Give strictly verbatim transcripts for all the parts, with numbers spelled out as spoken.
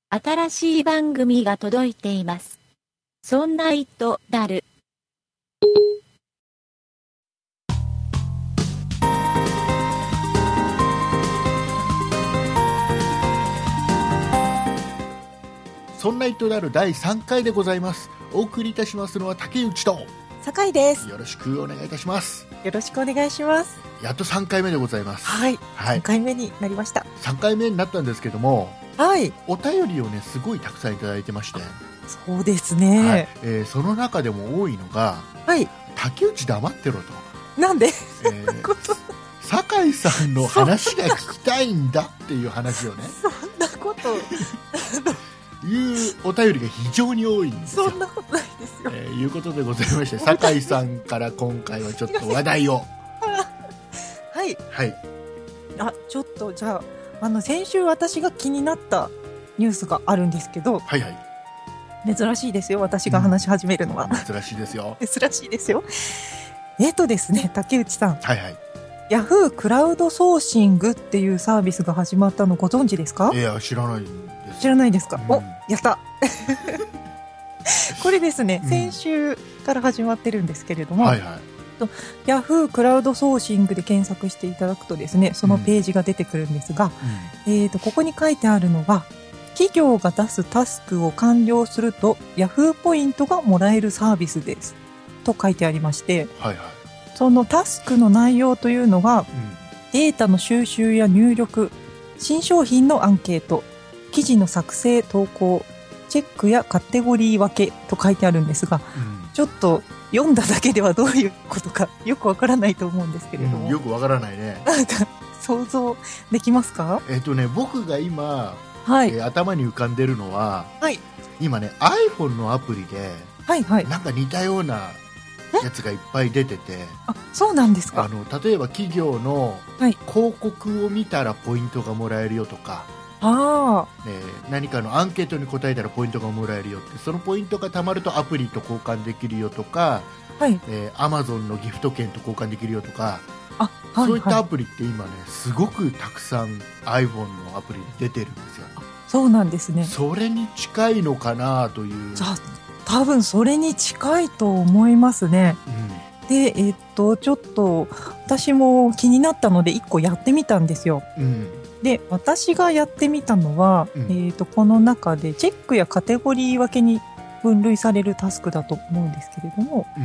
新しい番組が届いています。そんな糸だる。 そんな糸だるだいさんかいでございます。お送りいたしますのは竹内と酒井です。 よろしくお願いいたします。 よろしくお願いします。 やっとさんかいめでございます。 はい、 はい、 さんかいめになりました。 さんかいめになったんですけども、 はい、 お便りをねすごいたくさんいただいてまして、 そうですね、 はい、えー、その中でも多いのが、 はい、 竹内黙ってろと、 なんで、 えー、酒井さんの話が聞きたいんだっていう話をねそんなこというお便りが非常に多いんですよ。 そんなことないですよ、 えー、いうことでございまして、酒井さんから今回はちょっと話題をはいはい、 あ、ちょっとじゃあ、あの先週私が気になったニュースがあるんですけど、 はいはい、 珍しいですよ、私が話し始めるのは、 うん、珍しいですよ珍しいですよ。えっとですね、竹内さん、 はいはい、 ヤフークラウドソーシングっていうサービスが始まったのご存知ですか？ いや、知らないです。 知らないですか？ うん、 お、やったこれですね、 うん、 先週から始まってるんですけれども、 はいはい、 ヤフークラウドソーシングで検索していただくとですね、そのページが出てくるんですが、うん、えーと、ここに書いてあるのは、企業が出すタスクを完了するとヤフーポイントがもらえるサービスですと書いてありまして、 はいはい、 そのタスクの内容というのが、うん、データの収集や入力、新商品のアンケート、記事の作成投稿、チェックやカテゴリー分けと書いてあるんですが、うん、ちょっと読んだだけではどういうことかよくわからないと思うんですけれども、 うん、よくわからないね。 なんか想像できますか？ えっとね、僕が今、 はい、 えー、頭に浮かんでるのは、 はい、 今ね iPhone のアプリで、 はいはい、 なんか似たようなやつがいっぱい出てて、 あ、そうなんですか。 あの例えば企業の広告を見たらポイントがもらえるよとか、 あ、 えー、何かのアンケートに答えたらポイントがもらえるよって、そのポイントがたまるとアプリと交換できるよとか、 はい、 えー、Amazon のギフト券と交換できるよとか、 あ、はいはい、 そういったアプリって今ねすごくたくさん iPhone のアプリで出てるんですよ。 そうなんですね。 それに近いのかなという。 じゃあ多分それに近いと思いますね、うん、で、えー、っとちょっと私も気になったのでいっこやってみたんですよ、うん、で私がやってみたのは、うん、えー、っとこの中でチェックやカテゴリー分けに分類されるタスクだと思うんですけれども、うん、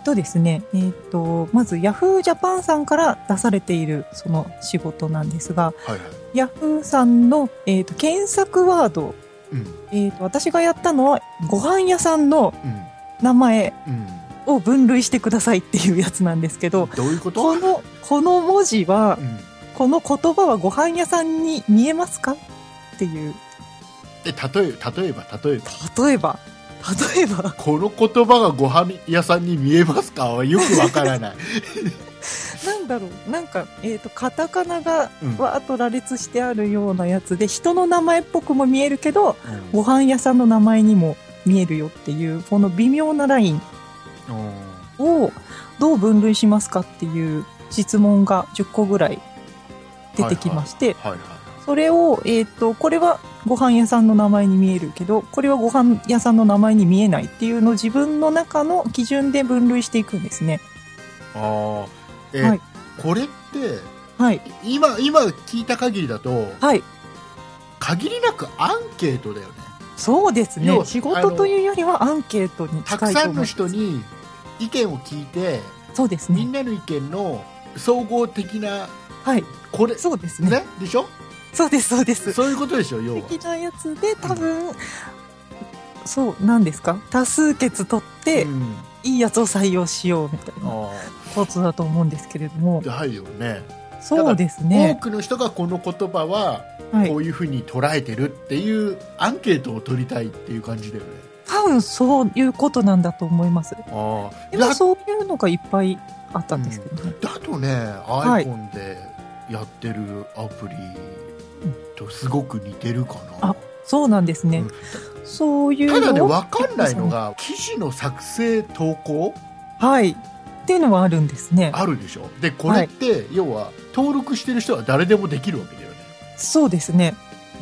とですね、えー、っとまず Yahoo! ジャパンさんから出されているその仕事なんですが、はいはい、Yahoo! さんの、えー、っと検索ワード、うん、えー、と私がやったのはご飯屋さんの名前を分類してくださいっていうやつなんですけど、 どういうこと？ この、この文字は、うん、この言葉はご飯屋さんに見えますかっていう。 え、例え、例えば例えば例えば例えばこの言葉がご飯屋さんに見えますかはよくわからないなんだろう、なんか、えーと、カタカナがわーっと羅列してあるようなやつで、うん、人の名前っぽくも見えるけど、うん、ご飯屋さんの名前にも見えるよっていうこの微妙なラインをどう分類しますかっていう質問がじゅっこぐらい出てきまして、それを、えーと、これはご飯屋さんの名前に見えるけどこれはご飯屋さんの名前に見えないっていうのを自分の中の基準で分類していくんですね。 あえーはい、これって、 はい、 今, 今聞いた限りだと、 はい、 限りなくアンケートだよね。 そうですね、仕事というよりはアンケートに近いと思います。 たくさんの人に意見を聞いて、 そうですね、 みんなの意見の総合的な、 はい、 これそうですね、 ねでしょ。 そうですそうです、 そういうことでしょ。要は的なやつで多分、うん、そうなんですか、多数決取って、うん、いいやつを採用しようみたいなことだと思うんですけれども。 はいよね。 そうですね、 多くの人がこの言葉はこういうふうに捉えてるっていうアンケートを取りたいっていう感じだよね。 多分そういうことなんだと思います。 あでもそういうのがいっぱいあったんですけどね、 うん、だとね iPhone でやってるアプリとすごく似てるかな、 うん、あ、そうなんですね、うん、そういうのただね分かんないのが記事の作成投稿、 はいっていうのはあるんですね。 あるでしょ。でこれって、はい、要は登録してる人は誰でもできるわけだよね。 そうですね。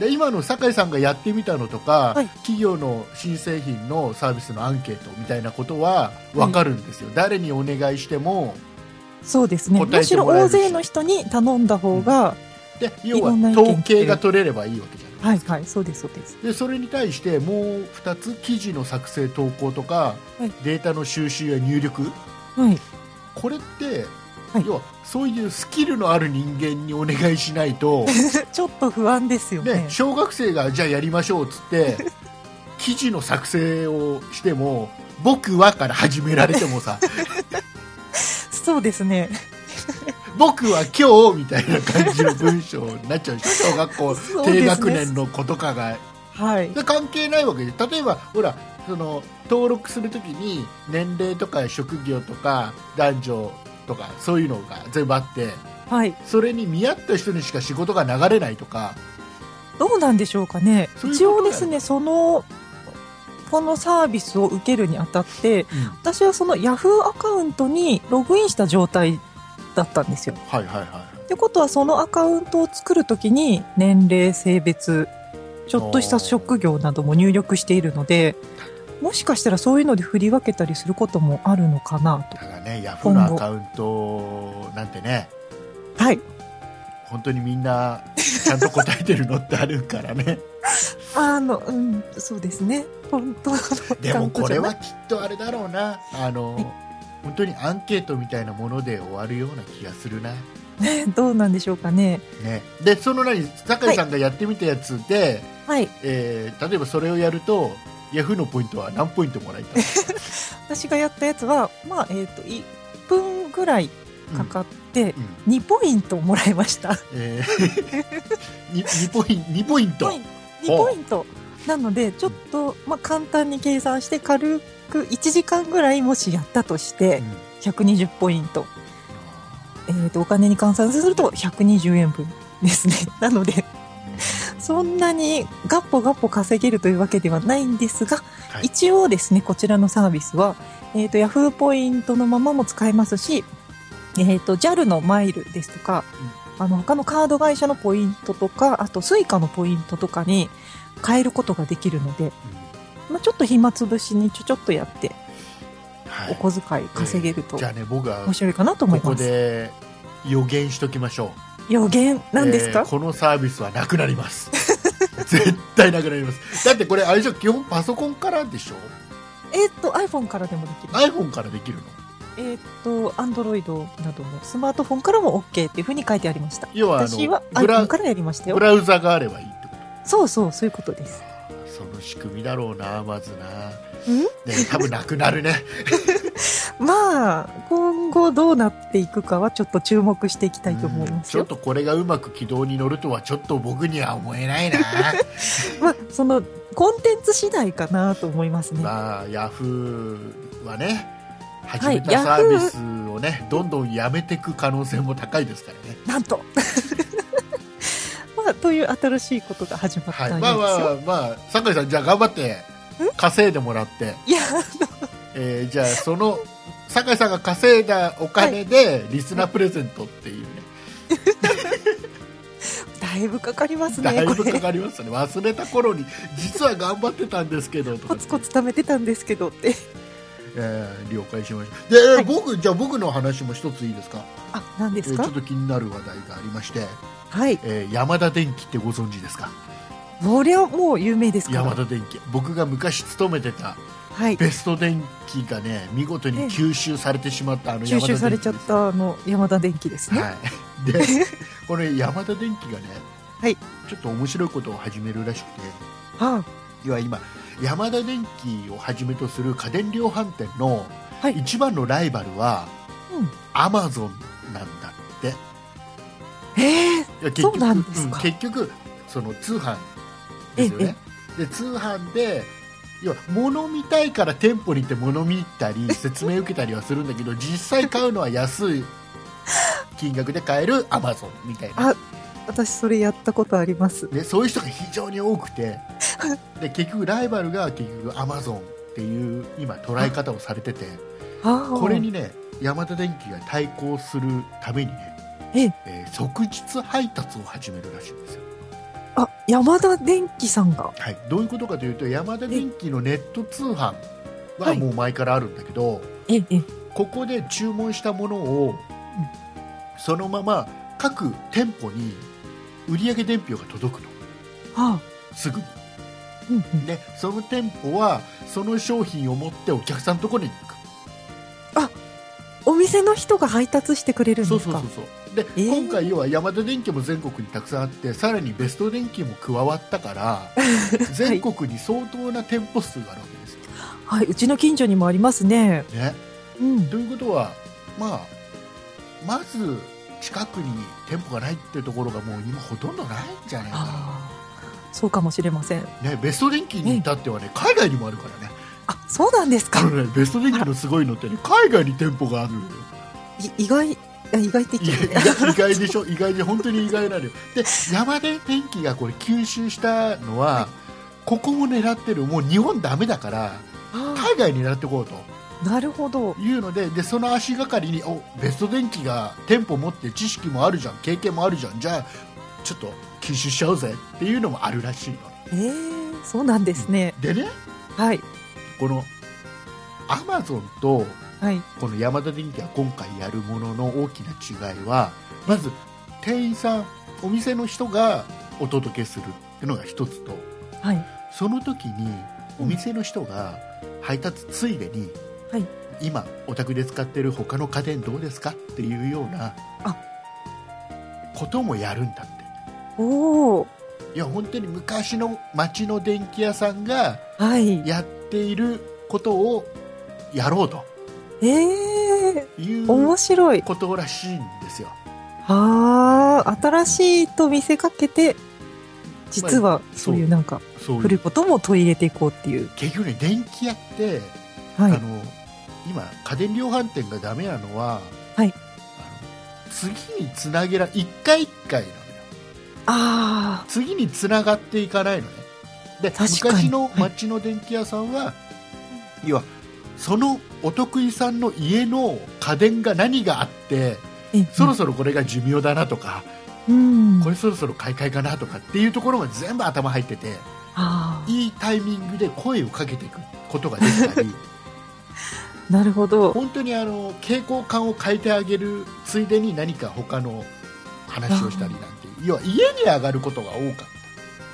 で今の酒井さんがやってみたのとか、 はい、 企業の新製品のサービスのアンケートみたいなことは分かるんですよ、はい、誰にお願いしてもそうですね、むしろ大勢の人に頼んだ方が、 うん、で要は統計が取れればいいわけじゃないですか。 はいはい、そうですそうです。 でそれに対してもうふたつ記事の作成投稿とか、はい、データの収集や入力、はい、これって、はい、要はそういうスキルのある人間にお願いしないとちょっと不安ですよ ね, ね小学生がじゃあやりましょうっつって記事の作成をしても僕はから始められてもさそうですね僕は今日みたいな感じの文章になっちゃう小学校低学年の子とかが、はい、で関係ないわけで、例えばほらその登録するときに年齢とか職業とか男女とかそういうのが全部あって、はい、それに見合った人にしか仕事が流れないとか、 どうなんでしょうかね。一応ですね、そのこのサービスを受けるにあたって、うん、私はそのヤフーアカウントにログインした状態だったんですよ。はいはいはい。ってことはそのアカウントを作るときに年齢、性別、ちょっとした職業なども入力しているので、もしかしたらそういうので振り分けたりすることもあるのかなと。 ただね、ヤフーのアカウントなんてね、 はい、 本当にみんなちゃんと答えてるのってあるからねあの、うん、そうですね、本当でもこれはきっとあれだろうな、あの、はい、本当にアンケートみたいなもので終わるような気がするな。 ね、どうなんでしょうかね。ね、 でその何酒井さんがやってみたやつで、はい、えー、例えばそれをやるとヤフーのポイントは何ポイントもらえた私がやったやつは、まあえー、といっぷんぐらいかかってにポイントもらいました、うんうん、えー、に, に, ポインにポイントにポイントなのでちょっと、まあ、簡単に計算して軽くいちじかんぐらいもしやったとしてひゃくにじゅうポイント、うん、えー、とお金に換算するとひゃくにじゅうえんぶんですね。なのでそんなにガッポガッポ稼げるというわけではないんですが、はい、一応ですね、こちらのサービスは、えーと、ヤフーポイントのままも使えますし、えーと、ジャル のマイルですとか、うん、あの他のカード会社のポイントとか、あとスイカのポイントとかに変えることができるので、うん、まあ、ちょっと暇つぶしにちょちょっとやって、はい、お小遣い稼げると、 えー、じゃあね、僕は面白いかなと思います。 ここで予言しときましょう。 予言なんですか、えー、 このサービスはなくなります絶対なくなります。だってこれあれでしょ、基本パソコンからでしょ。 えー、っと iPhone からでもできる。 iPhone からできるの。 えー、っと Android などのスマートフォンからも OK っていう風に書いてありました。 要はあの私は iPhone からやりましたよ。 ブラウザがあればいいってこと。 そうそうそういうことです。 その仕組みだろうな、まずな。 んね、多分なくなるねまあ今後どうなっていくかはちょっと注目していきたいと思いますよ。 ちょっとこれがうまく軌道に乗るとはちょっと僕には思えないなまあそのコンテンツ次第かなと思いますね。 まあヤフーはね、始めたサービスをね、はい、どんどんやめていく可能性も高いですからね。 なんとまあという新しいことが始まったんですよ。はい、まあまあまあ酒井さん、じゃあ頑張って稼いでもらって、 いや、 えー、じゃあその酒井さんが稼いだお金でリスナープレゼントっていうね、 はい、だいぶかかりますね。 だいぶかかりますね。忘れた頃に実は頑張ってたんですけどとか、 コツコツ貯めてたんですけどって、 えー、了解しました。で、はい、僕じゃあ僕の話も一ついいですか。 あ、何ですか。 えー、ちょっと気になる話題がありまして、 はい、 えー、ヤマダ電機ってご存知ですか。 そりゃもう有名ですから。 ヤマダ電機、僕が昔勤めてたベスト電機がね、見事に吸収されてしまったあのヤマダ電機、 吸収されちゃったあのヤマダ電機ですね。 はい、でこれヤマダ電機がね、 はい、 ちょっと面白いことを始めるらしくて、 はあ、 要は今ヤマダ電機をはじめとする家電量販店の一番のライバルは、アマゾンなんだって。 えー、そうなんですか。 うん、結局その通販ですよね。で通販で要は物見たいから店舗に行って物見たり説明受けたりはするんだけど実際買うのは安い金額で買えるアマゾンみたいな。 あ、私それやったことあります、 ね、そういう人が非常に多くてで結局ライバルが結局アマゾンっていう今捉え方をされてて、これにねヤマダ電機が対抗するためにね、ええー、即日配達を始めるらしいんですよ。 あ、ヤマダ電機さんが。 はい、どういうことかというと、ヤマダ電機のネット通販はもう前からあるんだけど、 ええ、 ここで注文したものを、そのまま各店舗に売上伝票が届くの、 はあ、すぐに、 うんうん、 でその店舗はその商品を持ってお客さんのところに行く。 あ、お店の人が配達してくれるんですか。 そうそうそうそう。で、えー、今回要はヤマダ電機も全国にたくさんあって、さらにベスト電機も加わったから全国に相当な店舗数があるわけですよ。 はい、うちの近所にもありますね。 ね、うん、ということは、まあ、まず近くに店舗がないっていうところがもう今ほとんどないんじゃないかな。 そうかもしれません、ね、 ベスト電機に至ってはね、海外にもあるからね。 あ、そうなんですか。 あの、ね、ベスト電機のすごいのってね、海外に店舗があるのよ。 意外、意外って言っちゃう、 意外でしょ。意外で本当に意外なのよ。で、ヤマダ電機がこれ吸収したのは、はい、ここも狙ってる。もう日本ダメだから海外に狙っていこうと。 なるほど。 いうので、でその足がかりに、お、ベスト電機が店舗持って知識もあるじゃん、経験もあるじゃん、じゃあちょっと吸収しちゃおうぜっていうのもあるらしいの。 えー、そうなんですね。 でね、 はい、 このアマゾンとはい、 このヤマダ電機が今回やるものの大きな違いは、まず店員さん、お店の人がお届けするっていうのが一つと、 はい、 その時にお店の人が配達ついでに、 はい、 今お宅で使ってる他の家電どうですかっていうようなこともやるんだって。 おー、 いや本当に昔の町の電気屋さんがやっていることをやろうと、 えー、 いう面白いことらしいんですよ。 はあ、新しいと見せかけて実はそういうなんか古いことも取り入れていこうっていう。 結局ね、電気屋って、はい、あの今家電量販店がダメなのは、 はい、 あの次につなげら一回一回なのよ。 あ、 次につながっていかないのね。で、昔の町の電気屋さんは、はい、要はそのお得意さんの家の家電が何があって、そろそろこれが寿命だなとか、うん、これそろそろ買い替えかなとかっていうところが全部頭入ってて、いいタイミングで声をかけていくことができたりなるほど。 本当にあの蛍光管を変えてあげるついでに何か他の話をしたりなんていう、要は家に上がることが多かった、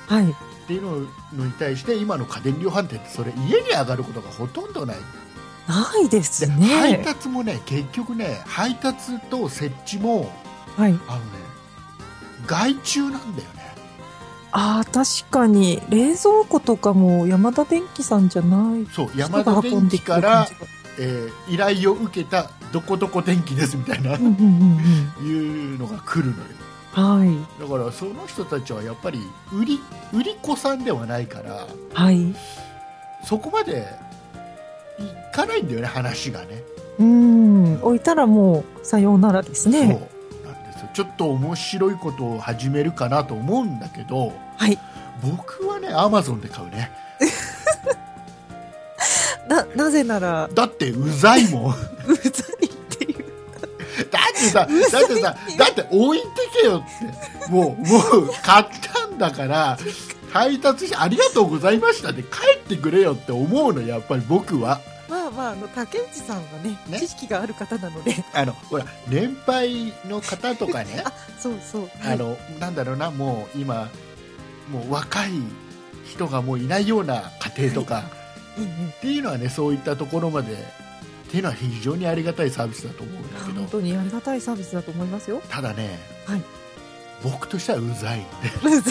はい、っていうのに対して今の家電量販店ってそれ家に上がることがほとんどない。 ないですね。 で配達もね、結局ね、配達と設置も、はい、あのね、外注なんだよね。 ああ、確かに冷蔵庫とかもヤマダ電機さんじゃない。 そう、ヤマダ電機から、えー、依頼を受けたどこどこ電機ですみたいな、うんうんうん、いうのが来るのよ。はい、だからその人たちはやっぱり売り売り子さんではないから、はい、そこまでいかないんだよね、話がね。 うん、置いたらもうさようならですね。 そうなんですよ。ちょっと面白いことを始めるかなと思うんだけど、 はい、 僕はねアマゾンで買うねな, なぜならだってうざいもんうざいっていうだってさだってさだって置いてけよってもうもう買ったんだから配達してありがとうございましたって帰ってくれよって思うの、やっぱり僕は。 まあまあ、あの竹内さんは ね, ね知識がある方なので、 あのほら年配の方とかねあ、そうそう、 はい、あのなんだろうな、もう今もう若い人がもういないような家庭とか、はい、いいね、っていうのはね、そういったところまでっていうのは非常にありがたいサービスだと思うんだけど、 本当にありがたいサービスだと思いますよ。 ただね、 はい、 僕としてはうざいんでうざい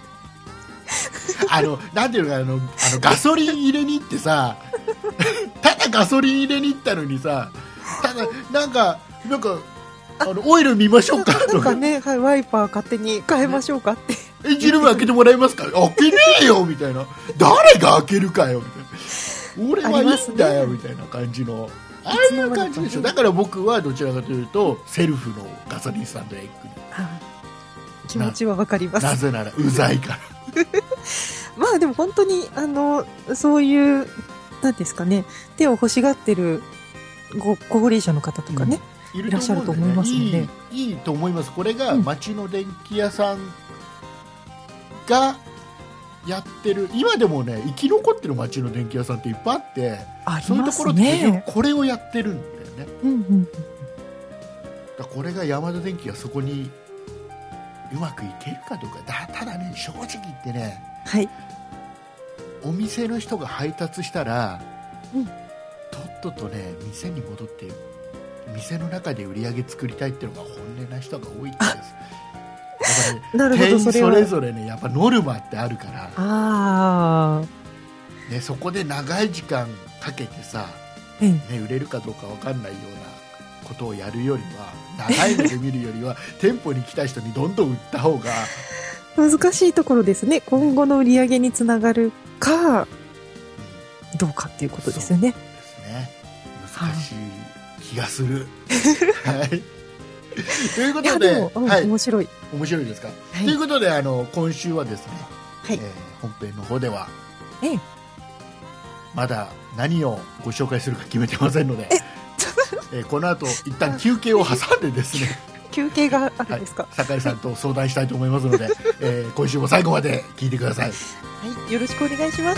あのなんていうのか、あのあのガソリン入れに行ってさただガソリン入れに行ったのにさ、ただなんかなんかあのオイル見ましょうかとかね、はい、ワイパー勝手に変えましょうかって、 エンジンルーム開けてもらえますか、開けねえよみたいな、誰が開けるかよみたいな、俺はいいんだよみたいな感じの、ああいう感じでしょ。だから僕はどちらかというとセルフのガソリンスタンドへ行く、はあ、気持ちはわかります。 な, なぜならうざいからまあでも本当にあのそういうなんですかね、手を欲しがってる ご, ご高齢者の方とかね、うん、い, いらっしゃると思いますので、 いい、いいと思います。これが町の電気屋さんがやってる、今でもね生き残ってる町の電気屋さんっていっぱいあって、 ありますね、 そういうところってこれをやってるんだよね、 うんうん、 だこれがヤマダ電機がそこにうまくいけるかどうかだ。ただね、正直言ってね、 はい、 お店の人が配達したら、 うん、 とっととね店に戻って店の中で売り上げ作りたいっていうのが本音な人が多いんです。だから、ね、店員それぞれねやっぱノルマってあるから、 あ、 ね、そこで長い時間かけてさ、 うんね、売れるかどうか分かんないようなことをやるよりは、長い目で見るよりは店舗に来た人にどんどん売った方が難しいところですね。今後の売り上げにつながるか、うん、どうかっていうことですよね。 そうですね、難しい気がする、はい、ということで、 でも、はい、面白い面白いですか、 はい、 ということであの今週はですね、 はい、 えー、本編の方では、 ええ、 まだ何をご紹介するか決めてませんので、えー、この後一旦休憩を挟んでですね休憩があるんですか、 はい、酒井さんと相談したいと思いますので、えー、今週も最後まで聞いてください。 はい、よろしくお願いします。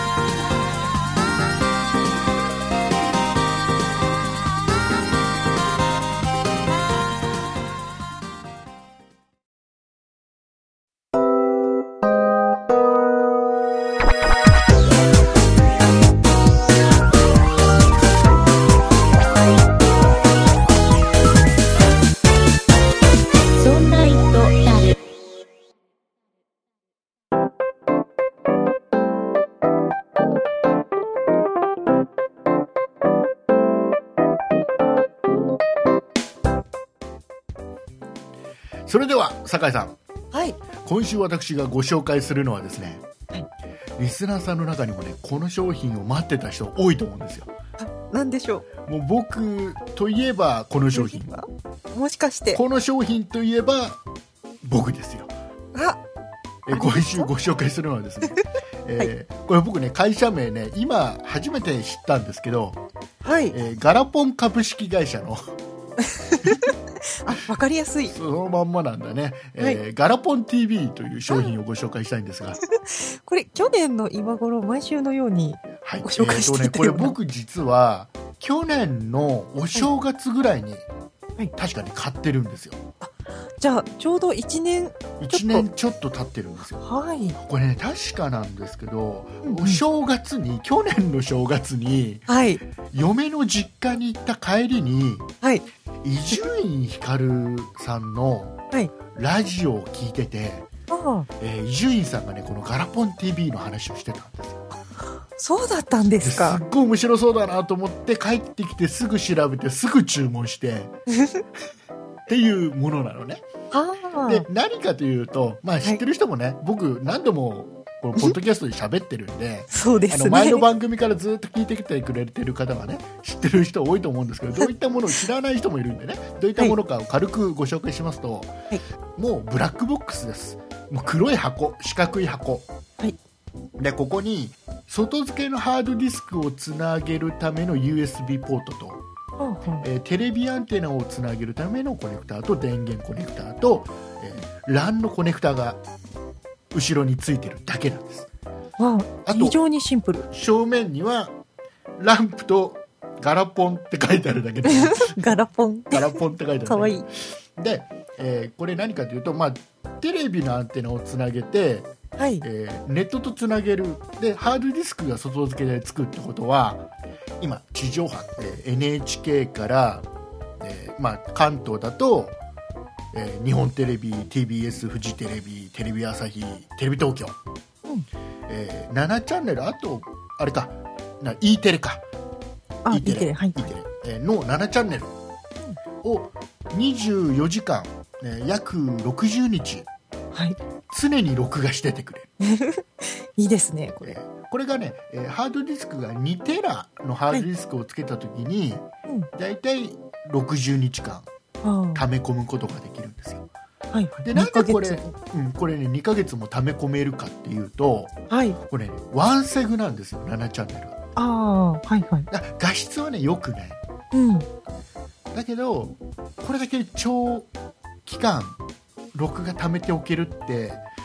それでは酒井さん、 はい、 今週私がご紹介するのはですね、 はい、 リスナーさんの中にもねこの商品を待ってた人多いと思うんですよ。 何でしょう。もう僕といえばこの商品、 もしかしてこの商品といえば僕ですよ。 あえ今週ご紹介するのはですね、えーはい、これ僕ね会社名ね今初めて知ったんですけど、 はい、 えー、ガラポン株式会社のあ、わかりやすい。 そのまんまなんだね、えーはい、 ガラポン ティーブイ という商品をご紹介したいんですがこれ去年の今頃毎週のようにご紹介していたような、はい、えーとね、 これ僕実は去年のお正月ぐらいに、はい、確かに買ってるんですよ。 あ、じゃあちょうどいちねんいちねんちょっと経ってるんですよ。 はい、 これね確かなんですけど、 うんうん、 お正月に去年の正月に、はい、嫁の実家に行った帰りに、はい、伊集院光さんのラジオを聞いてて、はい、えー、伊集院さんがねこのガラポン ティーブイ の話をしてたんですよ。 そうだったんですか。 すっごい面白そうだなと思って帰ってきてすぐ調べてすぐ注文してっていうものなのね。で何かというと、まあ、知ってる人もね、はい、僕何度もこのポッドキャストで喋ってるんでそうですね、 あの前の番組からずっと聞いてきてくれてる方はね知ってる人多いと思うんですけど、どういったものを知らない人もいるんでねどういったものかを軽くご紹介しますと、はい、もうブラックボックスです。もう黒い箱、四角い箱、はい、でここに外付けのハードディスクをつなげるための ユーエスビー ポートと、うんうん、えー、テレビアンテナをつなげるためのコネクターと電源コネクターと、えー、ラン のコネクターが後ろについてるだけなんです。 あと非常にシンプル。 正面にはランプとガラポンって書いてあるだけでガラポンガラポンって書いてあるだけかわいい。 で、えー、これ何かというと、まあ、テレビのアンテナをつなげて、はい、えー、ネットとつなげる。でハードディスクが外付けでつくってことは今地上波って エヌエイチケー から、えーまあ、関東だと、えー、日本テレビ、 ティービーエス、フジテレビ、テレビ朝日、テレビ東京、うん、えー、ななチャンネル、あとあれかな E テレか、 あ E テレ、はい、 E テレのななチャンネルをにじゅうよじかん、えー、約ろくじゅうにち、はい、常に録画しててくれるいいですねこれ。 これがね、えー、ハードディスクがにテラのハードディスクをつけたときに、はい、だいたいろくじゅうにちかん溜め込むことができるんですよ。はい、でなんでこれ、うん、これねにかげつも溜め込めるかっていうと、はい、これ、ね、ワンセグなんですよ、ななチャンネルは。 あ、はいはい、 画質はね良くない、 うん、 だけどこれだけ長期間録画溜めておけるって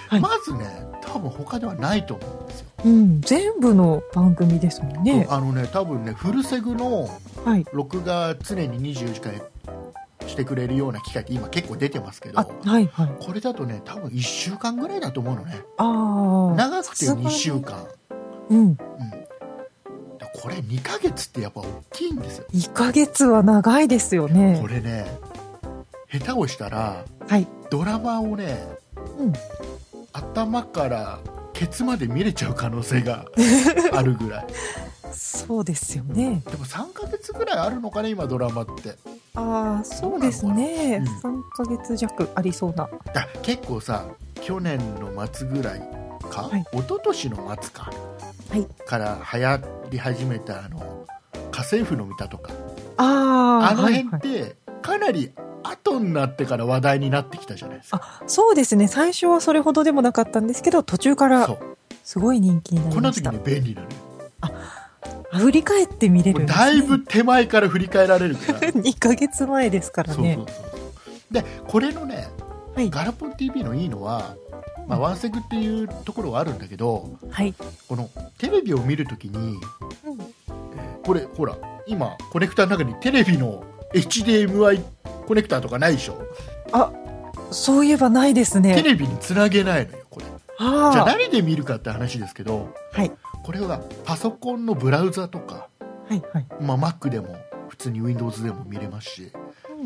はい、 まずね多分他ではないと思うんですよ、 うん、全部の番組ですもんね。 あのね多分ねフルセグの録画常ににじゅうよじかんしてくれるような機械って今結構出てますけど、 はいはい、 これだとね多分いっしゅうかんぐらいだと思うのね。 あ長くてにしゅうかん、 うんうん、 これにかげつってやっぱ大きいんですよ。 いっかげつは長いですよね。 これね下手をしたら、 はい、 ドラマをね、うん、頭からケツまで見れちゃう可能性があるぐらいそうですよね。 でもさんかげつぐらいあるのかね今ドラマって。 ああそうですね、うん、さんかげつ弱ありそうな。 だ結構さ去年の末ぐらいか、はい、一昨年の末か、はい、から流行り始めたあの家政婦の歌とか、 ああの辺ってかなり後になってから話題になってきたじゃないですか。 あそうですね、最初はそれほどでもなかったんですけど途中からすごい人気になりました。 この時に便利なのよ。 あ振り返って見れるんですね。 だいぶ手前から振り返られるからにかげつまえですからね。 そうそうそうでこれのね、はい、ガラポン ティーブイ のいいのは、まあ、ワンセグっていうところがあるんだけど、はい、このテレビを見るときに、うんえー、これほら今コネクタの中にテレビの エイチディーエムアイ コネクタとかないでしょ。 あそういえばないですね。 テレビにつなげないのよこれ。あじゃあ何で見るかって話ですけど、はい、これはパソコンのブラウザとか、はいはいまあ、Mac でも普通に Windows でも見れますし、うん、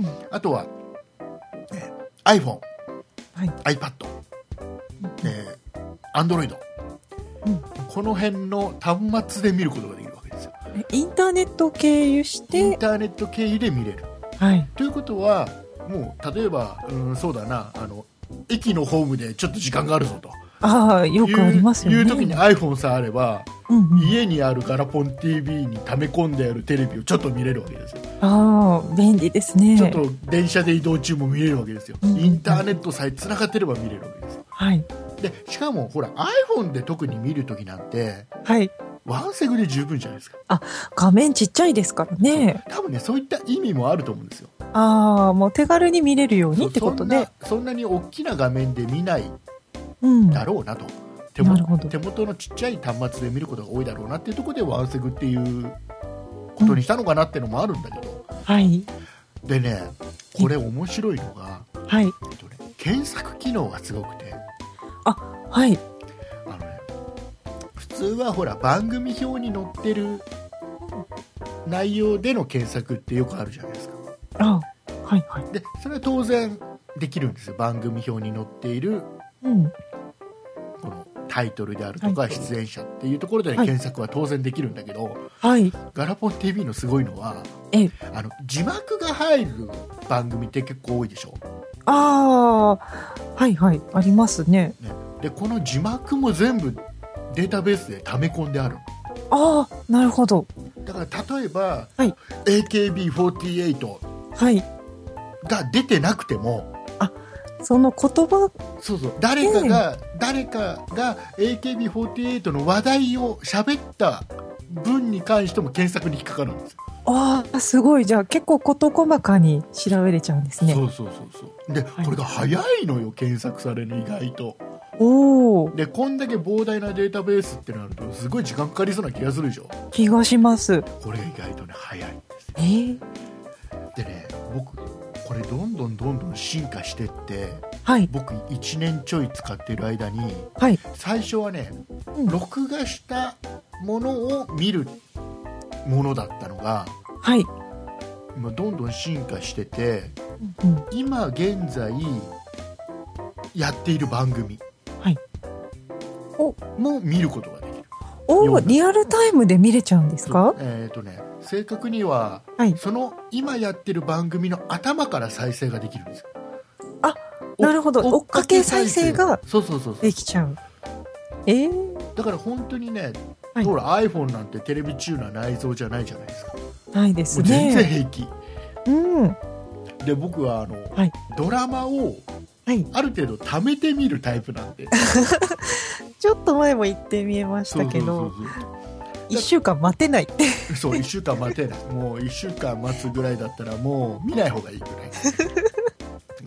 あとは、ね、iPhone、はい、iPad、うんえー、Android、うん、この辺の端末で見ることができるわけですよ。 インターネット経由してインターネット経由で見れる、はい、ということはもう例えば、うん、そうだなあの駅のホームでちょっと時間があるぞとああよくありますよね。 いう時に iPhone さえあれば、うんうん、家にあるガラポン ティーブイ に溜め込んであるテレビをちょっと見れるわけですよ。 ああ便利ですね。 ちょっと電車で移動中も見れるわけですよ、うんうん、インターネットさえつながってれば見れるわけですよ、はい、でしかもほら iPhone で特に見る時なんて、はい、ワンセグで十分じゃないですか。 あ画面ちっちゃいですからね。 多分ねそういった意味もあると思うんですよ。 ああもう手軽に見れるようにってことでそ, そ, んなそんなに大きな画面で見ないだろうなと、うん手, も手元のちっちゃい端末で見ることが多いだろうなっていうところでワンセグっていうことにしたのかなっていうのもあるんだけど、うん、はいでねこれ面白いのが、はいえっとね、検索機能がすごくてあはいあの、ね、普通はほら番組表に載ってる内容での検索ってよくあるじゃないですか。 あはいはいでそれは当然できるんですよ。番組表に載っている、うんこのタイトルであるとか出演者っていうところで、ねはい、検索は当然できるんだけど、はい、ガラポン ティーブイ のすごいのはえあの字幕が入る番組って結構多いでしょ。 ああはいはいありますね。 ねでこの字幕も全部データベースで溜め込んである。 ああなるほど。 だから例えば、はい、エーケービーフォーティーエイト が出てなくても、 はい、あその言葉そうそう誰かが、えー、誰かが エーケービーフォーティーエイト の話題を喋った文に関しても検索に引っかかるんですよ。 ああすごい。じゃあ結構事細かに調べれちゃうんですね。 そうそうそうそうで、はい、これが早いのよ検索される意外と。 おでこんだけ膨大なデータベースってなるとすごい時間かかりそうな気がするでしょ。 気がします。 これ意外とね早いんですよ。 えー、 でね僕これどんどんどんどん進化してって、はい、僕いちねんちょい使ってる間に、はい、最初はね、うん、録画したものを見るものだったのが、はい、今どんどん進化してて、うん、今現在やっている番組、はい、おも見ることができる。 おリアルタイムで見れちゃうんですか。 えーとね、正確には、はい、その今やってる番組の頭から再生ができるんですよ。 あなるほど。追っかけ再生ができちゃう。えー、 だから本当にね、はい、ほら iPhone なんてテレビチューナー内蔵じゃないじゃないですか。 ないですね。 全然平気、 うん、 で僕はあの、はい、ドラマをはい、ある程度貯めてみるタイプなんでちょっと前も言ってみえましたけどいっしゅうかん待てないってそういっしゅうかん待てない。もういっしゅうかん待つぐらいだったらもう見ない方がいいぐらい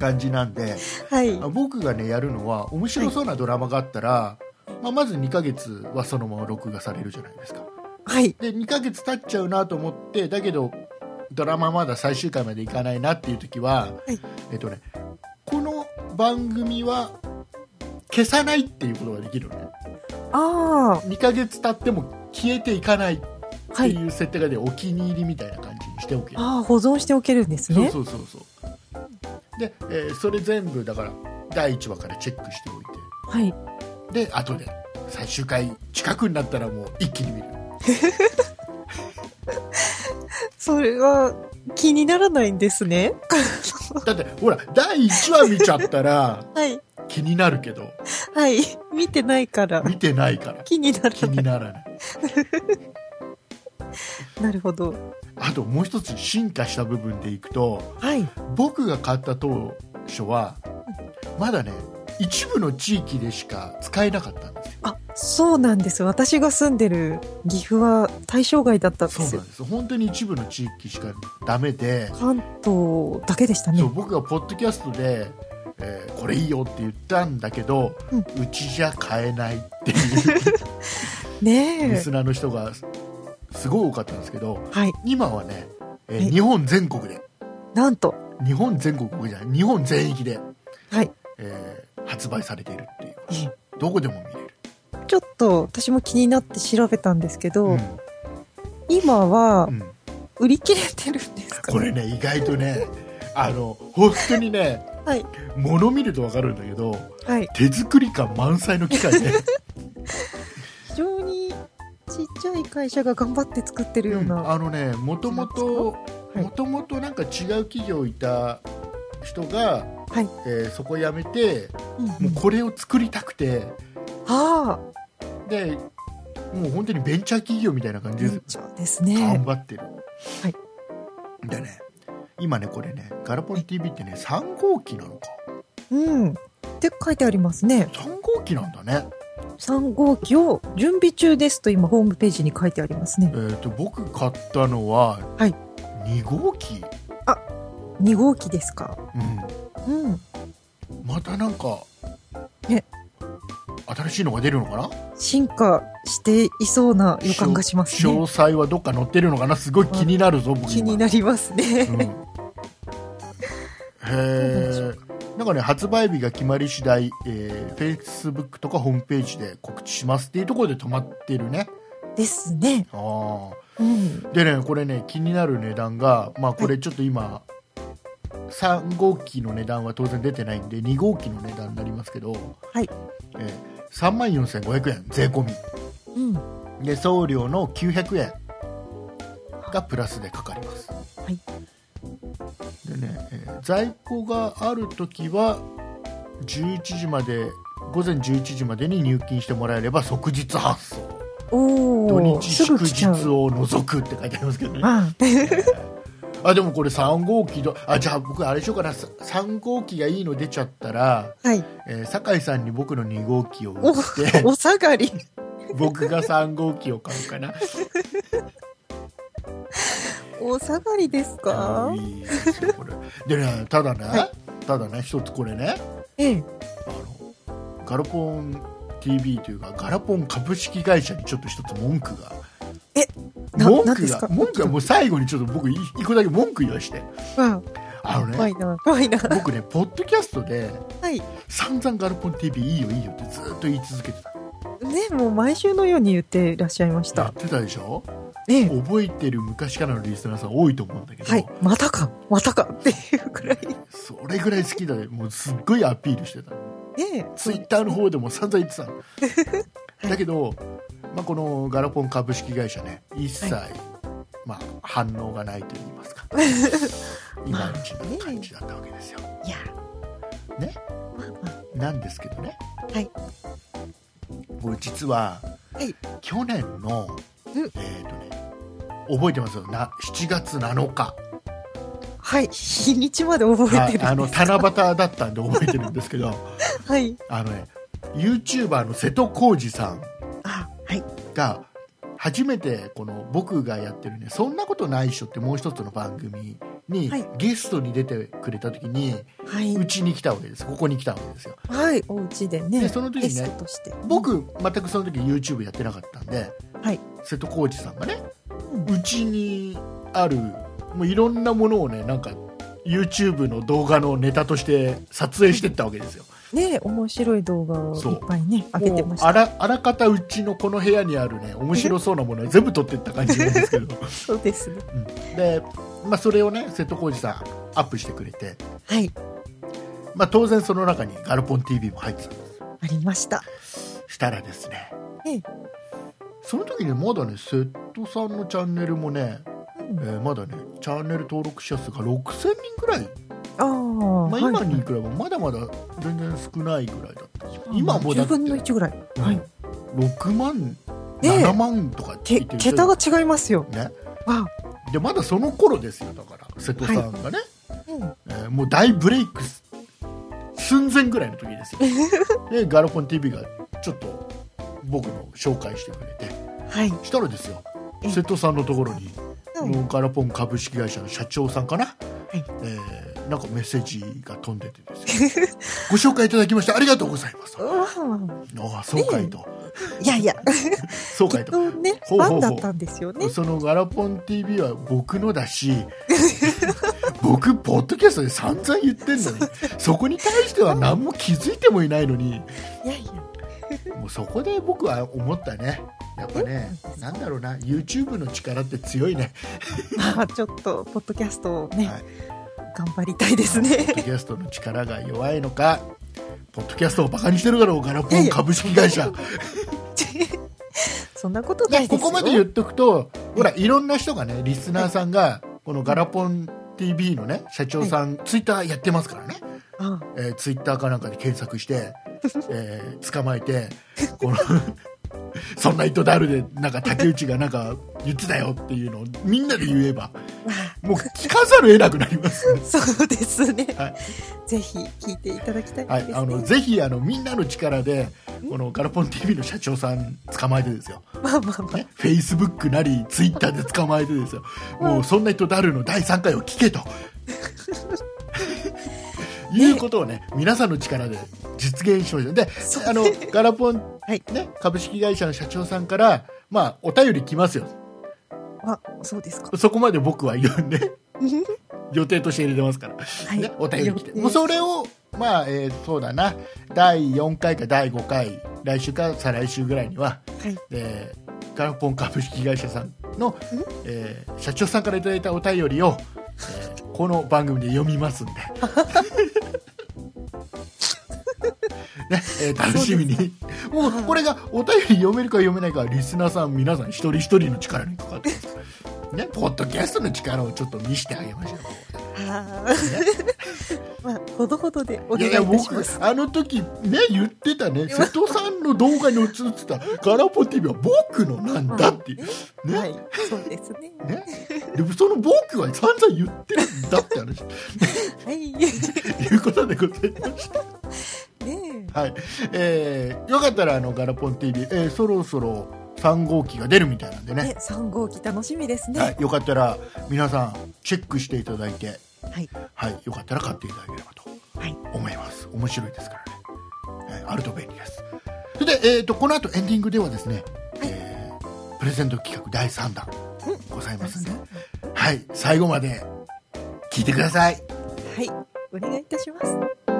感じなんで、 はい、 僕がねやるのは面白そうなドラマがあったら、はい、まあ、まずにかげつはそのまま録画されるじゃないですか。 はい、 でにかげつ経っちゃうなと思って、だけどドラマまだ最終回までいかないなっていう時は、はい、えっとね、この番組は消さないっていうことができるのね。 あにかげつ経っても消えていかないっていう設定がで、お気に入りみたいな感じにしておける。 ああ、保存しておけるんですね。 そうそうそうそうで、えー、それ全部だからだいいちわからチェックしておいて、 はい、 で後で最終回近くになったらもう一気に見るそれは気にならないんですねだってほらだいいちわ見ちゃったら、 はい、 気になるけど、 はい、見てないから見てないから気にならない気にならないなるほど。 あともう一つ進化した部分でいくと、 はい、 僕が買った当初はまだね一部の地域でしか使えなかったんですよ。 あ、そうなんです。私が住んでる岐阜は対象外だったんですよ。 そうなんです。本当に一部の地域しかダメで、 関東だけでしたね。 そう、僕がポッドキャストで、えー、これいいよって言ったんだけど、うん、うちじゃ買えないっていうねえリスナーの人がすごい多かったんですけど、 はい、 今はね、えー、日本全国で、 なんと日本全国じゃない日本全域で、 はい、 えー、発売されているっていう、えー、どこでも見れる。 ちょっと私も気になって調べたんですけど、うん、今は売り切れてるんですかね。 これね意外とねあの本当にね、はい、物見ると分かるんだけど、はい、手作り感満載の機械で非常にちっちゃい会社が頑張って作ってるような、 うん、あのねもともともともとなんか違う企業いた人が、はい、えー、そこ辞めて、うんうん、もうこれを作りたくて、はあ、でもう本当にベンチャー企業みたいな感じです。ベンチャーですね。 頑張ってる。はい。でね、今ねこれねガラポン ティーブイ ってねさん号機なのか。 うん。って書いてありますね。 さん号機なんだね。 さん号機を準備中ですと今ホームページに書いてありますね。 えーと僕買ったのは、はい、に号機。 あ、に号機ですか。 うん。うん。またなんかね。新しいのが出るのかな。 進化していそうな予感がしますね。 詳細はどっか載ってるのかな。すごい気になるぞ、僕気になりますね、うん、へえ。なんかね発売日が決まり次第、えー、Facebook とかホームページで告知しますっていうところで止まってるね。 ですね。 あ、うん、でねこれね気になる値段が、まあこれちょっと今、はい、さん号機の値段は当然出てないんでに号機の値段になりますけど、はい、えー、さんまんよんせんごひゃくえん税込み、うん、で送料のきゅうひゃくえんがプラスでかかります。はい、でね、えー、在庫があるときはじゅういちじまでごぜんじゅういちじまでに入金してもらえれば即日発送。お土日祝日を除くって書いてありますけどね。ああ、えーあでもこれさん号機どあじゃあ僕あれしようかな。さん号機がいいの出ちゃったら、はい、えー、酒井さんに僕のに号機を売ってお下がり僕がさん号機を買うかなお下がりですか。 いいですよこれでね。ただね、はい、ただね一つこれね、ええ、あのガラポン ティーブイ というかガラポン株式会社にちょっと一つ文句が。え文句が文句がもう最後にちょっと僕一個だけ文句言わして、うん、あのね怖いな怖いな。僕ねポッドキャストで、はい、散々ガルポン ティーブイ いいよいいよってずっと言い続けてたね。もう毎週のように言っていらっしゃいました。 やってたでしょ、ね、覚えてる昔からのリスナーさん多いと思うんだけど、はい、 またかまたかっていうくらいそれぐらい好きだね。もうすっごいアピールしてた、ね、ツイッターの方でも散々言ってたの、はい、だけどまあ、このガラポン株式会社ね一切、はい、まあ、反応がないと言いますかいまいちな感じだったわけですよ。いやね、まあまあ、なんですけどね、はい、これ実は、はい、去年の、うん、えーとね、覚えてますよなしちがつなのか。 はい、日にちまで覚えてるんですか。 あの七夕だったんで覚えてるんですけど、はい、あのね YouTuber の瀬戸康史さんが初めてこの僕がやってるねそんなことないっしょってもう一つの番組にゲストに出てくれた時にうち、はい、に来たわけです。ここに来たわけですよ。 はい、お家でね。 でその時にね、僕全くその時 YouTube やってなかったんで、はい、瀬戸康史さんがね、うち、ん、にあるもういろんなものをね、なんか YouTube の動画のネタとして撮影していったわけですよ。 ね、面白い動画をいっぱいね上げてました。 あら、あらかたうちのこの部屋にあるね、面白そうなものを全部撮っていった感じなんですけどそうですね、 うん、で、まあ、それをね瀬戸康史さんアップしてくれて、 はい、 まあ、当然その中にガルポン ティーブイ も入ってたんです。 ありました。 したらですね、 ええ、その時にまだね瀬戸さんのチャンネルもね、うん、えー、まだねチャンネル登録者数がろくせんにんぐらい、 あ、 まあ、今に比べばまだまだ全然少ないぐらいだったんです、はい、今もうだってじゅうぶんのいちぐらい、 はい、ろくまん、ななまんとかって言ってる、 桁が違いますよ、 ね、でまだその頃ですよ。だから瀬戸さんがね、はい、うん、えー、もう大ブレイク寸前ぐらいの時ですよでガルポン ティーブイ がちょっと僕の紹介してくれて、はい、したらですよ、瀬戸さんのところに、うん、ガラポン株式会社の社長さんかな、はい、えー、なんかメッセージが飛んでてですねご紹介いただきましてありがとうございますああ、そうかいと、ね、 いやいやそうかいと、 きっとね、ファンだったんですよね。 そのガラポン ティーブイ は僕のだし僕ポッドキャストで散々言ってんのにそこに対しては何も気づいてもいないのに、いやいやもうそこで僕は思ったね、やっぱね、なんだろうな、 YouTube の力って強いねまあちょっとポッドキャストをね、はい、頑張りたいですね。ポッドキャストの力が弱いのか、ポッドキャストをバカにしてるだろうガラポン株式会社。 そんなことないですよ。 ここまで言っとくと、ほらいろんな人がね、リスナーさんがこのガラポン ティーブイ のね社長さん、はい、ツイッターやってますからね、ああ、えー、ツイッターかなんかで検索して、えー、捕まえてこのそんな糸だるでなんか竹内がなんか言ってたよっていうのをみんなで言えばもう聞かざるを得なくなります、ね、 そうですね、はい、ぜひ聞いていただきたいですね、 はい、あのぜひあのみんなの力でこのガラポン ティーブイ の社長さん捕まえてですよ、 まあまあまあ、ね、 フェイスブックなりツイッターで捕まえてですよもうそんな糸だるのだいさんかいを聞けということをね、皆さんの力で実現しました。で、あのガラポン、はいね、株式会社の社長さんから、まあ、お便り来ますよ。 あ、そうですか。 そこまで僕は言うね予定として入れてますから、はい、ね、お便り来て、もうそれを、まあ、えー、そうだな、だいよんかいかだいごかい、来週か再来週ぐらいには、はい、えー、ガラポン株式会社さんの、えー、社長さんからいただいたお便りを、えー、この番組で読みますんでね、えー、楽しみに。もうこれがお便り読めるか読めないかはリスナーさん皆さん一人一人の力にかかってますね。ポッドキャストの力をちょっと見せてあげましょう。あ、ね、 まあほどほどでお願いいたします。いやいや、 僕あの時ね言ってたね、瀬戸さんの動画に映ってたガラポン ティーブイ は僕のなんだっていう、ね、 はい、そうですね。 ね、でもその僕は散々言ってるんだって話はいいうことでございましたね、はい、えー、よかったらあのガラポン ティーブイ、えー、そろそろさん号機が出るみたいなんでね、 さん号機楽しみですね、 はい、よかったら皆さんチェックしていただいて、 はい、はい、 よかったら買っていただければと思います、はい、面白いですからね、えー、あると便利です。それで、えー、とこの後エンディングではですね、はい、えー、プレゼント企画だいさんだんございますんで、うん、はい、最後まで聞いてください。 はい、お願いいたします。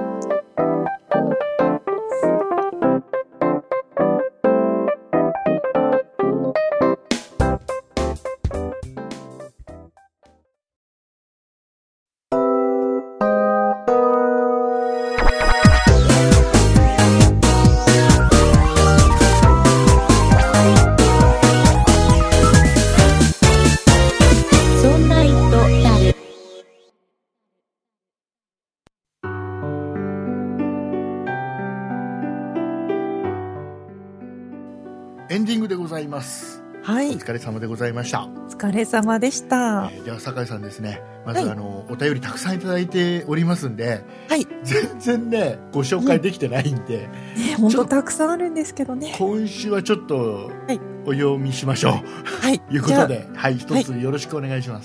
エンディングでございます。はい、お疲れ様でございました。 お疲れ様でした。 えー、では酒井さんですね、まず、はい、あのお便りたくさんいただいておりますんで、はい、全然ねご紹介できてないんで、 うん、ね、本当たくさんあるんですけどね、 今週はちょっとお読みしましょう、はい、ということで、はい、一つよろしくお願いします。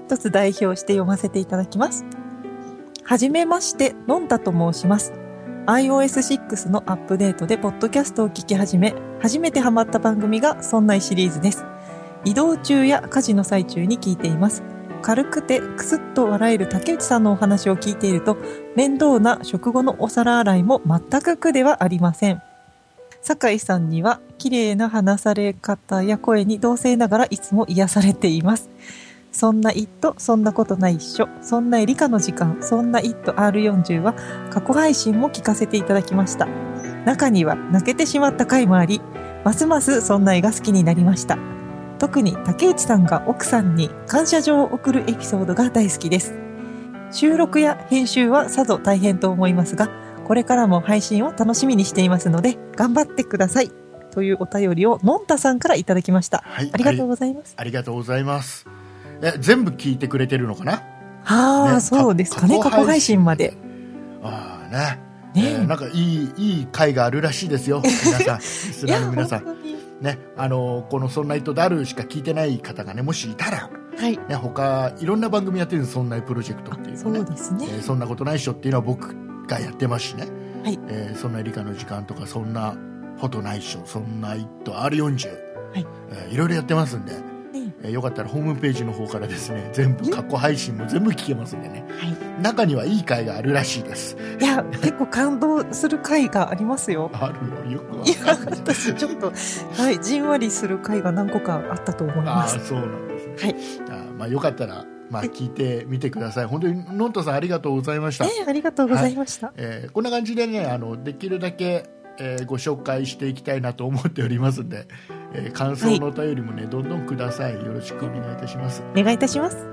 一つ代表して読ませていただきます。はじめまして、のんたと申します。アイオーエスシックス のアップデートでポッドキャストを聞き始め、初めてハマった番組がそんないシリーズです。移動中や家事の最中に聞いています。軽くてクスッと笑える竹内さんのお話を聞いていると、面倒な食後のお皿洗いも全く苦ではありません。酒井さんには綺麗な話され方や声に同性ながらいつも癒されています。そんなイット、そんなことないっしょ、そんな理科の時間、そんなイット アールよんじゅう は過去配信も聞かせていただきました。中には泣けてしまった回もあり、ますますそんな絵が好きになりました。特に竹内さんが奥さんに感謝状を送るエピソードが大好きです。収録や編集はさぞ大変と思いますが、これからも配信を楽しみにしていますので頑張ってくださいというお便りをのんたさんからいただきました、はい、ありがとうございます。 ありがとうございます。え全部聞いてくれてるのかな。 ああ、ね、そうですかね。過去配信まで。 ああね。ね、えー、なんかいいいい回があるらしいですよ。皆さん、リスナーの皆さん。ね、あのこのそんな糸であるしか聞いてない方がね、もしいたら、はいね、他いろんな番組やってるんです。そんなプロジェクトっていうのね。そうですね。えー、そんなことないっしょっていうのは僕がやってますしね。はい。えー、そんな理科の時間とかそんなことないっしょ、そんな糸 アールよんじゅう、はい、えー、いろいろやってますんで。えー、よかったらホームページの方からですね、全部過去配信も全部聞けますんでね、はい、中にはいい回があるらしいです。 いや結構感動する回がありますよ。 あるのよくわかんない。いや私ちょっと、はい、じんわりする回が何個かあったと思います。 あ、そうなんですね。はい、あ、まあ、よかったら、まあ、聞いてみてください。本当にのんたさんありがとうございました。 えー、ありがとうございました、はい、 えー、こんな感じでね、あのできるだけ、えー、ご紹介していきたいなと思っておりますんで、えー、感想のお便りもね、はい、どんどんください。よろしくお願いいたします。 お願いいたします。はい、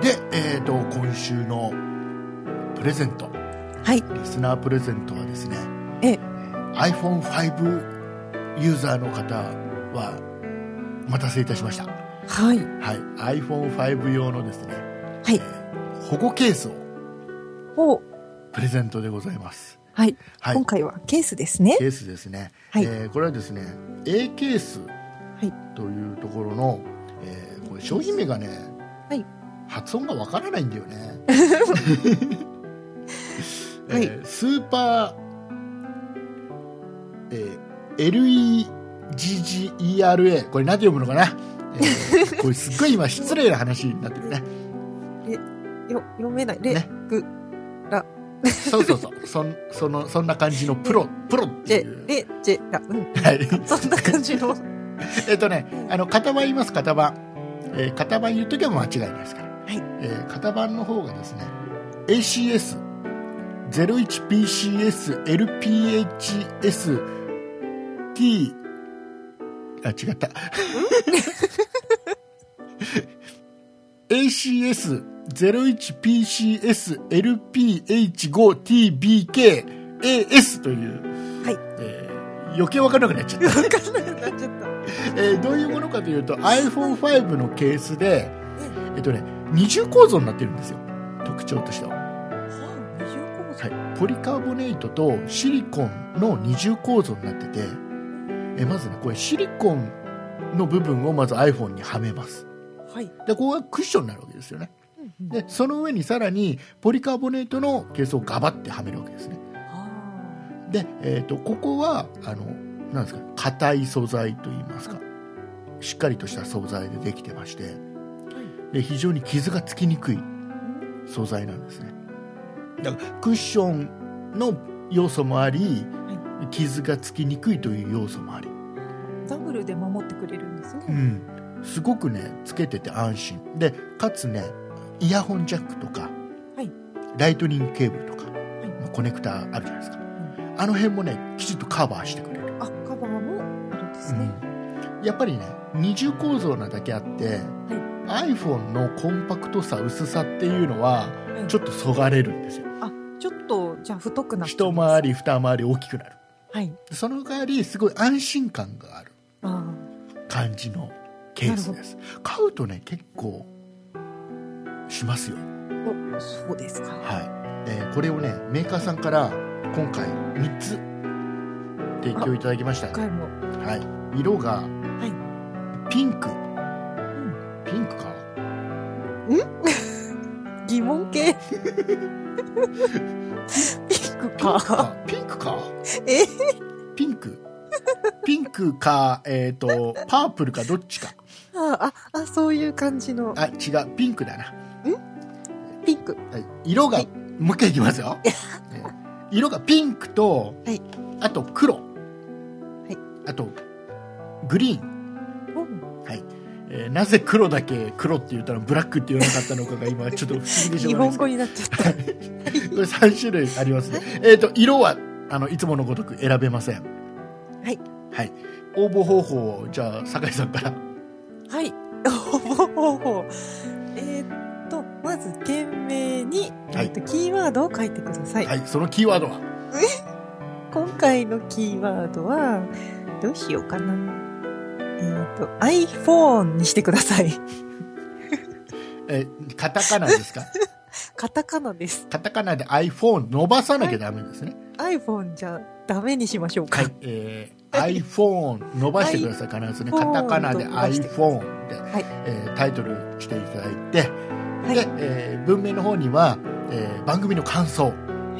で、えーと、今週のプレゼント、はい、リスナープレゼントはですね、え アイフォンファイブ ユーザーの方はお待たせいたしました。はい、はい、アイフォンファイブ 用のですね、はい、えー、保護ケースをプレゼントでございます。 はい、はい、今回はケースですね。 ケースですね、はい、えー、これはですね A ケースというところの、はい、えー、これ商品名がね、はい、発音がわからないんだよね。はい、えー、スーパー、えー、エルイージージーイーアールエー、これ何て読むのかな、えー、これすっごい今失礼な話になってるね。 えよ読めないレ、ね、グラそうそうそう、そん、その、そんな感じのプロ、プロっていう。 ジェ、ジェ、あ、うん。はい。そんな感じの。 えっとね、あの、型番言います、型番。えー、型番言うときは間違いないですから。はい。えー、型番の方がですね、エーシーエスゼロいちピーシーエスエルピーエイチエスティー、あ、違った。エーシーエスゼロいちピーシーエスエルピーエイチファイブティービーケーエーエス という、はい、えー、余計分からなくなっちゃった。分からなくなっちゃった。えー、どういうものかというと アイフォンファイブ のケースで、えっとね、二重構造になってるんですよ、特徴としては。はあ、二重構造、はい、ポリカーボネートとシリコンの二重構造になってて、えまずね、これシリコンの部分をまず iPhone にはめます。はい、でここがクッションになるわけですよね。でその上にさらにポリカーボネートのケースをガバッてはめるわけですね。で、えーと、ここはあのなんですか、硬い素材といいますか、しっかりとした素材でできてまして、で非常に傷がつきにくい素材なんですね。だからクッションの要素もあり、傷がつきにくいという要素もあり、 ダブルで守ってくれるんですね。 うん、すごくね、つけてて安心で、かつね、イヤホンジャックとか、はい、ライトニングケーブルとか、はい、コネクタあるじゃないですか、うん、あの辺もね、きちっとカバーしてくれる。 あ、カバーもあるんですね、 うん、やっぱりね、二重構造なだけあって、はい、iPhone のコンパクトさ、薄さっていうのは、はい、ちょっとそがれるんですよ。 あ、ちょっとじゃあ太くなって、 一回り二回り大きくなる、はい、その代わりすごい安心感がある感じのケースです。買うとね、結構しますよ。 お、そうですか。はい、 えー、これをね、メーカーさんから今回みっつ提供いただきました。今回も、はい、色が、はい、ピンク、うん、ピンクかんけ。ピンクか。 ピンクかえピンクピンクか、えっ、ー、と、パープルかどっちか。 ああ、あ、そういう感じの。 あ、違う、ピンクだな。 んピンク。 色が、はい、もう一回いきますよ。色がピンクと、はい、あと黒。はい。あと、グリーン。はい。えー、なぜ黒だけ黒って言ったのブラックって言わなかったのかが今ちょっと不思議でしょうがないです。 日本語になっちゃった。 これさん種類ありますね。えっ、ー、と、色は、あの、いつものごとく選べません。 はい。 はい。応募方法を、じゃあ、酒井さんから。 はい。応募方法。えー、っと、まず、懸命に、はい、えー、っと、キーワードを書いてください。 はい。そのキーワードは今回のキーワードは、どうしようかな。えー、っと、iPhone にしてください。 え、カタカナですか？ カタカナです。 カタカナで iPhone 伸ばさなきゃダメですね。 iPhone じゃダメにしましょうか。 はい、えー、iPhone 伸ばしてください。必ずね、カタカナで iPhone で、はい、えー、タイトルしていただいて、はい、で、えー、文明の方には、えー、番組の感想。はい、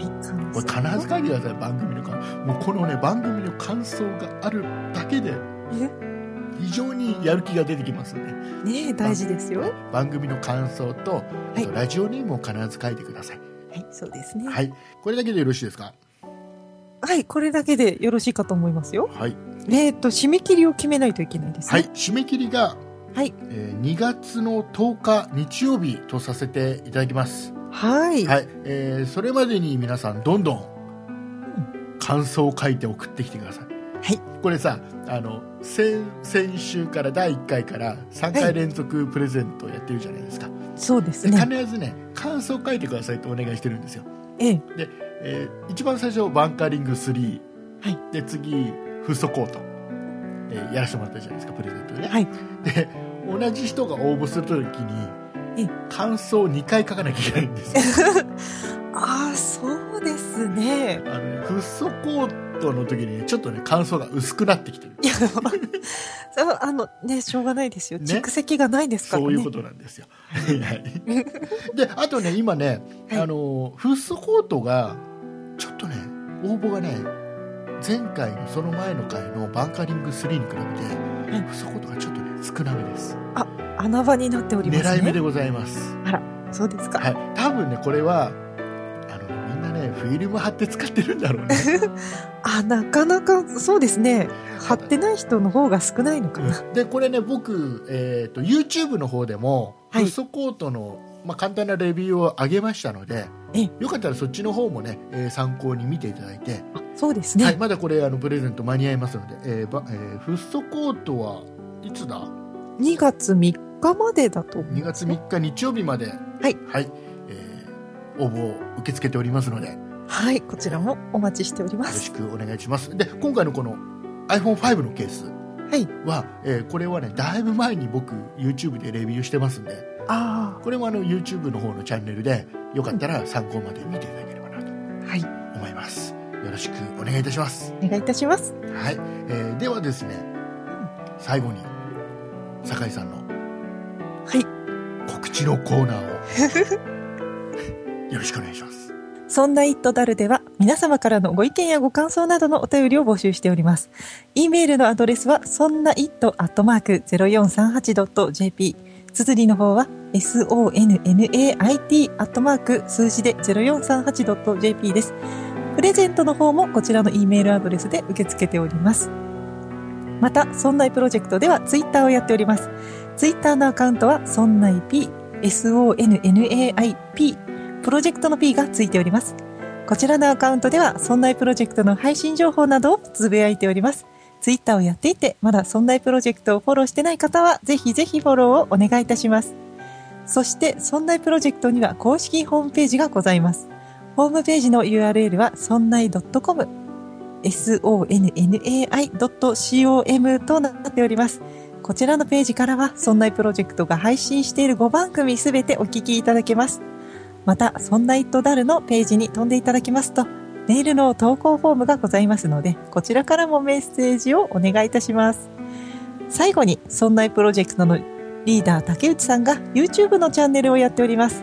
これ必ず書いてください。番組の感想。もうこのね、番組の感想があるだけで、非常にやる気が出てきますね。 ねえ、大事ですよ。 番組の感想と、はい、ラジオネームを必ず書いてください。 はい、そうですね。 はい、これだけでよろしいですか？ はい、これだけでよろしいかと思いますよ。 はい。 えっと、締め切りを決めないといけないですね。 はい、締め切りが、 はい、 えー、にがつのとおか日曜日とさせていただきます。 はい。 はい、えー、それまでに皆さんどんどん感想を書いて送ってきてください。 はい。 これさ、あの、先、先週からだいいっかいからさんかい連続プレゼントやってるじゃないですか。はい、 そうですね。 必ずね、感想書いてくださいとお願いしてるんですよ。 ええ。 で、えー、一番最初バンカーリングスリー、はい、で次フッ素コート、えー、やらせてもらったじゃないですか、プレゼントでね、はい、で同じ人が応募するときに感想をにかい書かなきゃいけないんですよ。 ああ、そうですね。 あのね、フッ素コートの時に、ね、ちょっとね感想が薄くなってきてる。いや、 あのね、しょうがないですよ、ね、蓄積がないですからね。 そういうことなんですよ。で、あとね、今ね、はい、あのフッ素コートがちょっとね、応募がね、前回のその前の回のバンカーリングスリーに比べて、はい、フッ素コートがちょっとね、少なめです。 あ、穴場になっておりますね。 狙い目でございます。 あら、そうですか。 はい、多分ね、これはあのみんなね、フィルム貼って使ってるんだろうね。 あ、なかなかそうですね。貼ってない人の方が少ないのかな。 で、これね、僕、えーと、YouTube の方でも、はい、フッ素コートの、まあ、簡単なレビューを上げましたので、よかったらそっちの方もね、えー、参考に見ていただいて。 あ、そうですね。 はい、まだこれあのプレゼント間に合いますので、えーばえー、フッ素コートはいつだ？ にがつみっかまでだと思う。 にがつみっか日曜日まで、はい、はい、えー、応募を受け付けておりますので、 はい、こちらもお待ちしております。 よろしくお願いします。で、今回のこの アイフォンファイブ のケースは、はい、えー、これはね、だいぶ前に僕 YouTube でレビューしてますんで、 あ、 これもあの YouTube の方のチャンネルでよかったら参考まで見ていただければなと思います。よろしくお願いいたします。 お願いいたします。 はい、えー、ではですね、最後に酒井さんの告知のコーナーをよろしくお願いします。 そんなイットダルでは皆様からのご意見やご感想などのお便りを募集しております。e メールのアドレスはそんな イット アットマーク ゼロよんさんはち ドット ジェーピー、 綴りの方は ソンナイト アットマーク数字で ゼロよんさんはち ドット ジェーピー です。プレゼントの方もこちらの E メールアドレスで受け付けております。また、そんないプロジェクトではツイッターをやっております。ツイッターのアカウントはそんない P、ソンナイピー、プロジェクトの P がついております。こちらのアカウントではそんないプロジェクトの配信情報などをつぶやいております。ツイッターをやっていて、まだそんないプロジェクトをフォローしてない方は、ぜひぜひフォローをお願いいたします。そして、そんないプロジェクトには公式ホームページがございます。ホームページの ユーアールエル はそんない ドットコム、ソンナイ ドットコム となっております。こちらのページからは、そんないプロジェクトが配信しているごばんくみすべてお聞きいただけます。また、そんなイットダルのページに飛んでいただきますと、メールの投稿フォームがございますので、こちらからもメッセージをお願いいたします。最後に、そんないプロジェクトのリーダー竹内さんが YouTube のチャンネルをやっております。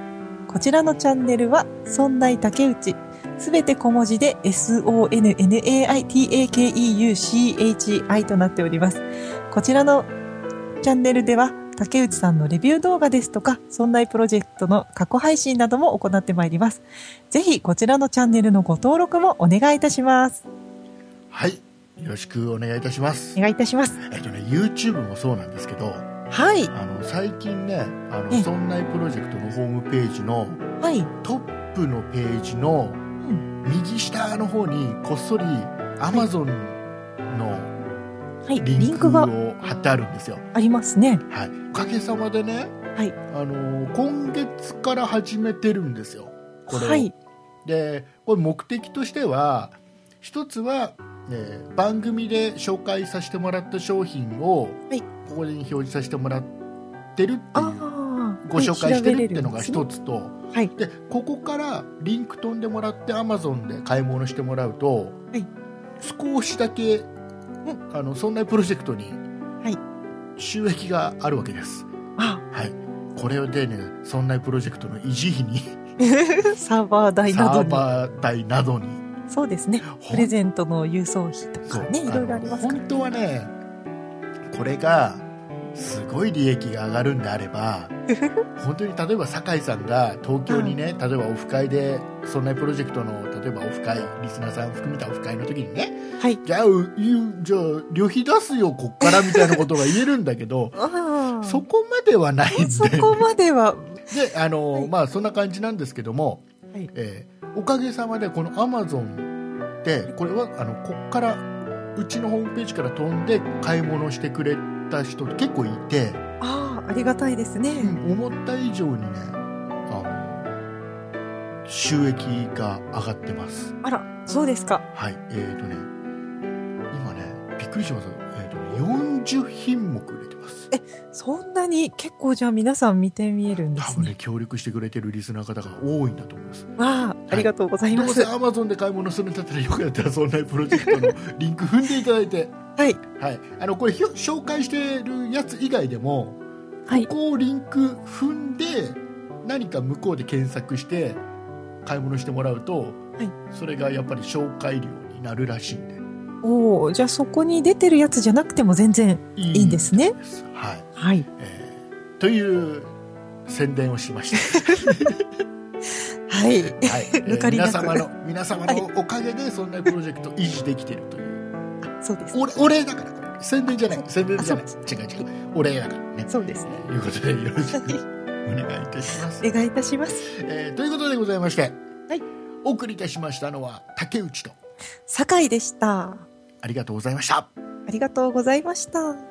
こちらのチャンネルはそんない竹内、すべて小文字で ソンナイタケウチ となっております。こちらのチャンネルでは竹内さんのレビュー動画ですとか、そんないプロジェクトの過去配信なども行ってまいります。ぜひこちらのチャンネルのご登録もお願いいたします。 はい、よろしくお願いいたします。 お願いいたします。 えっとね YouTube もそうなんですけど、 はい、 あの最近ね、あのそんないプロジェクトのホームページの、はい、トップのページの右下の方にこっそり Amazon のリンクを貼ってあるんですよ。はい、 ありますね。 はい、おかげさまでね、はい、あの今月から始めてるんですよ、これを。はい、でこれ目的としては一つは、えー、番組で紹介させてもらった商品を、はい、ここに表示させてもらってるっていう、ご紹介してるっていうのが一つと、はい、でここからリンク飛んでもらって Amazon で買い物してもらうと、はい、少しだけ、うん、あのそんなプロジェクトに収益があるわけです。はい、これでね、そんなプロジェクトの維持費にサーバー代などにサーバー代などにそうですね、プレゼントの郵送費とかね、いろいろありますから、 本当はね、これがすごい利益が上がるんであれば本当に例えば酒井さんが東京にね、例えばオフ会でそんなプロジェクトの例えばオフ会、リスナーさん含めたオフ会の時にね、はい、じゃあじゃあ旅費出すよこっからみたいなことが言えるんだけどそこまではないんで、 そこまではであの、はい、まあそんな感じなんですけども、はい、えー、おかげさまでこの Amazon でこれはあのこっからうちのホームページから飛んで買い物してくれた人結構いて、 ああ、ありがたいですね、 うん、思った以上にね、あの収益が上がってます。 あら、そうですか。 はい、えーとね今ねびっくりします。えーとねよんじゅうひんもく売れてます。 え、そんなに結構じゃあ皆さん見てみえるんですね。 多分ね協力してくれてるリスナー方が多いんだと思います。 ああ、はい、ありがとうございます。 どうせ Amazon で買い物するんだったらよくやったらそんなプロジェクトのリンク踏んでいただいてはい、はい、あのこれ紹介してるやつ以外でも、はい、ここをリンク踏んで何か向こうで検索して買い物してもらうと、はい、それがやっぱり紹介料になるらしいんで。 おお、じゃあそこに出てるやつじゃなくても全然いいんですね。いいです、 はい、はい、えー、という宣伝をしましたはい、はい、えー、皆様の皆様のおかげでそんなプロジェクト維持できているという、はい、そうです。お礼だから、宣伝じゃない、宣伝じゃない、違う違う、お礼だからね。 そうですね。 ということでよろしくお願いいたします。 お願いいたします。 えー、ということでございまして、はい、お送りいたしましたのは竹内と酒井でした。 ありがとうございました。 ありがとうございました。